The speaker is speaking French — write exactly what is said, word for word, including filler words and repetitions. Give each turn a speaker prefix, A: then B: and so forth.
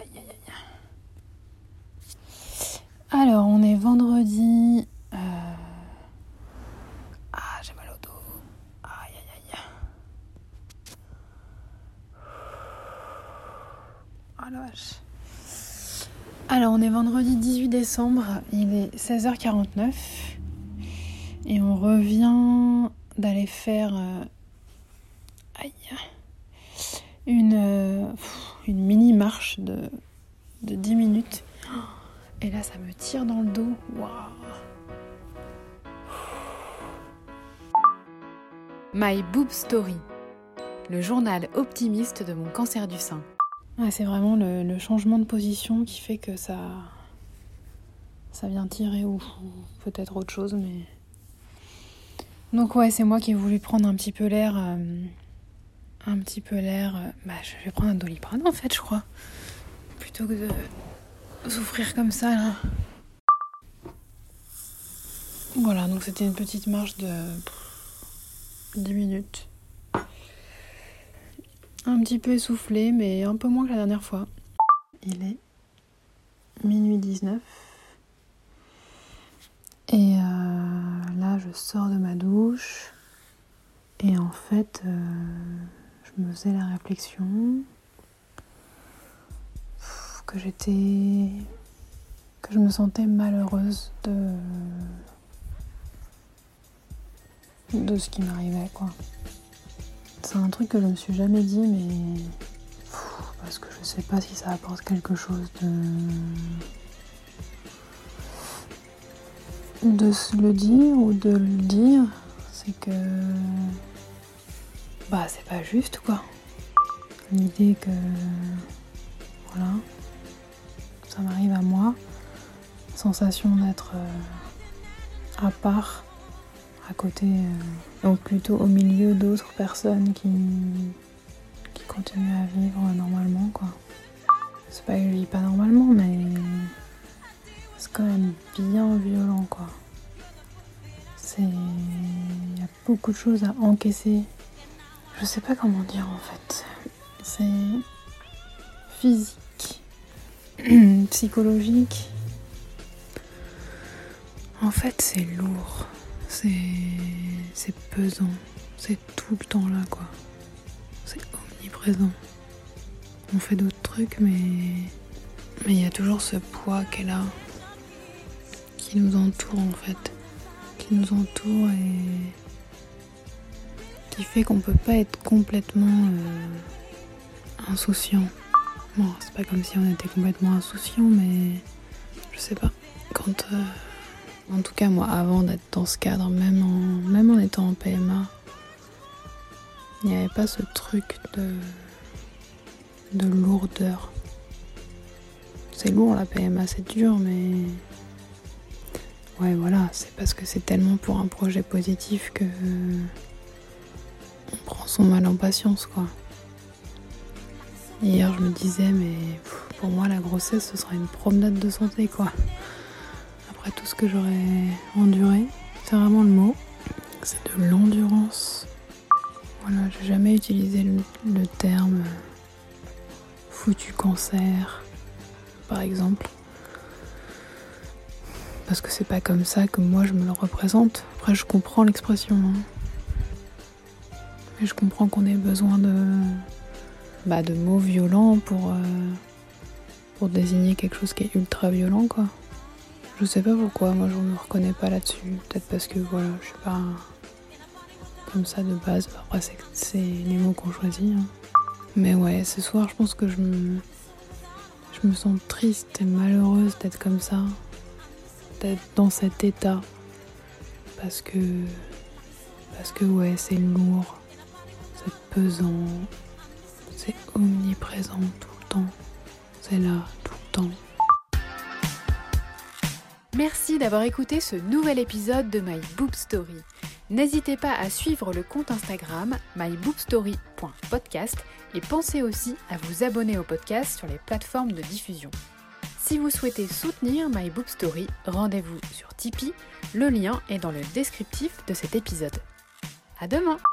A: Aïe, aïe, aïe. Alors, on est vendredi. Euh... Ah, j'ai mal au dos. Aïe, aïe, aïe. Oh la vache. Alors, on est vendredi dix-huit décembre. Il est seize heures quarante-neuf. Et on revient d'aller faire... Euh... Aïe. Une, euh... une mini-marche de... de dix minutes. Et là, ça me tire dans le dos. Waouh.
B: My Boob Story, le journal optimiste de mon cancer du sein.
A: Ah, c'est vraiment le, le changement de position qui fait que ça, ça vient tirer ou, ou peut-être autre chose, mais... Donc ouais, c'est moi qui ai voulu prendre un petit peu l'air, euh, un petit peu l'air... Euh, bah, je vais prendre un Doliprane en fait, je crois, plutôt que de souffrir comme ça là. Voilà, donc c'était une petite marche de dix minutes. Un petit peu essoufflée, mais un peu moins que la dernière fois. Il est minuit dix-neuf. Et euh, là, je sors de ma douche. Et en fait, euh, je me faisais la réflexion que j'étais... que je me sentais malheureuse de... de ce qui m'arrivait, quoi. C'est un truc que je me suis jamais dit, mais Pff, parce que je sais pas si ça apporte quelque chose de de se le dire ou de le dire. C'est que bah c'est pas juste, quoi. L'idée que voilà, ça m'arrive à moi, sensation d'être euh, à part, à côté, euh, donc plutôt au milieu d'autres personnes qui, qui continuent à vivre normalement, quoi. C'est pas que je vis pas normalement, mais c'est quand même bien violent, quoi. C'est... Il y a beaucoup de choses à encaisser. Je sais pas comment dire, en fait. C'est physique, psychologique. En fait, c'est lourd. C'est... c'est pesant, c'est tout le temps là, quoi. C'est omniprésent. On fait d'autres trucs, mais mais il y a toujours ce poids qui est là, qui nous entoure en fait, qui nous entoure et qui fait qu'on peut pas être complètement euh, insouciant. Bon, c'est pas comme si on était complètement insouciant, mais je sais pas. Quand euh, En tout cas, moi, avant d'être dans ce cadre, même en, même en étant en P M A, il n'y avait pas ce truc de, de lourdeur. C'est lourd, la P M A, c'est dur, mais... Ouais, voilà, c'est parce que c'est tellement pour un projet positif que... on prend son mal en patience, quoi. Hier, je me disais, mais pour moi, la grossesse, ce sera une promenade de santé, quoi. Après tout ce que j'aurais enduré, c'est vraiment le mot, c'est de l'endurance. Voilà, j'ai jamais utilisé le, le terme foutu cancer, par exemple, parce que c'est pas comme ça que moi je me le représente. Après, je comprends l'expression, hein. Et je comprends qu'on ait besoin de, bah, de mots violents pour, euh, pour désigner quelque chose qui est ultra violent, quoi. Je sais pas pourquoi, moi je me reconnais pas là-dessus. Peut-être parce que voilà, je suis pas comme ça de base. Après, c'est, c'est les mots qu'on choisit, hein. Mais ouais, ce soir, je pense que je me, je me sens triste et malheureuse d'être comme ça, d'être dans cet état. Parce que, parce que ouais, c'est lourd, c'est pesant, c'est omniprésent tout le temps. C'est là, tout le temps.
B: Merci d'avoir écouté ce nouvel épisode de My Boob Story. N'hésitez pas à suivre le compte Instagram my boob story point podcast et pensez aussi à vous abonner au podcast sur les plateformes de diffusion. Si vous souhaitez soutenir My Boob Story, rendez-vous sur Tipeee, le lien est dans le descriptif de cet épisode. À demain!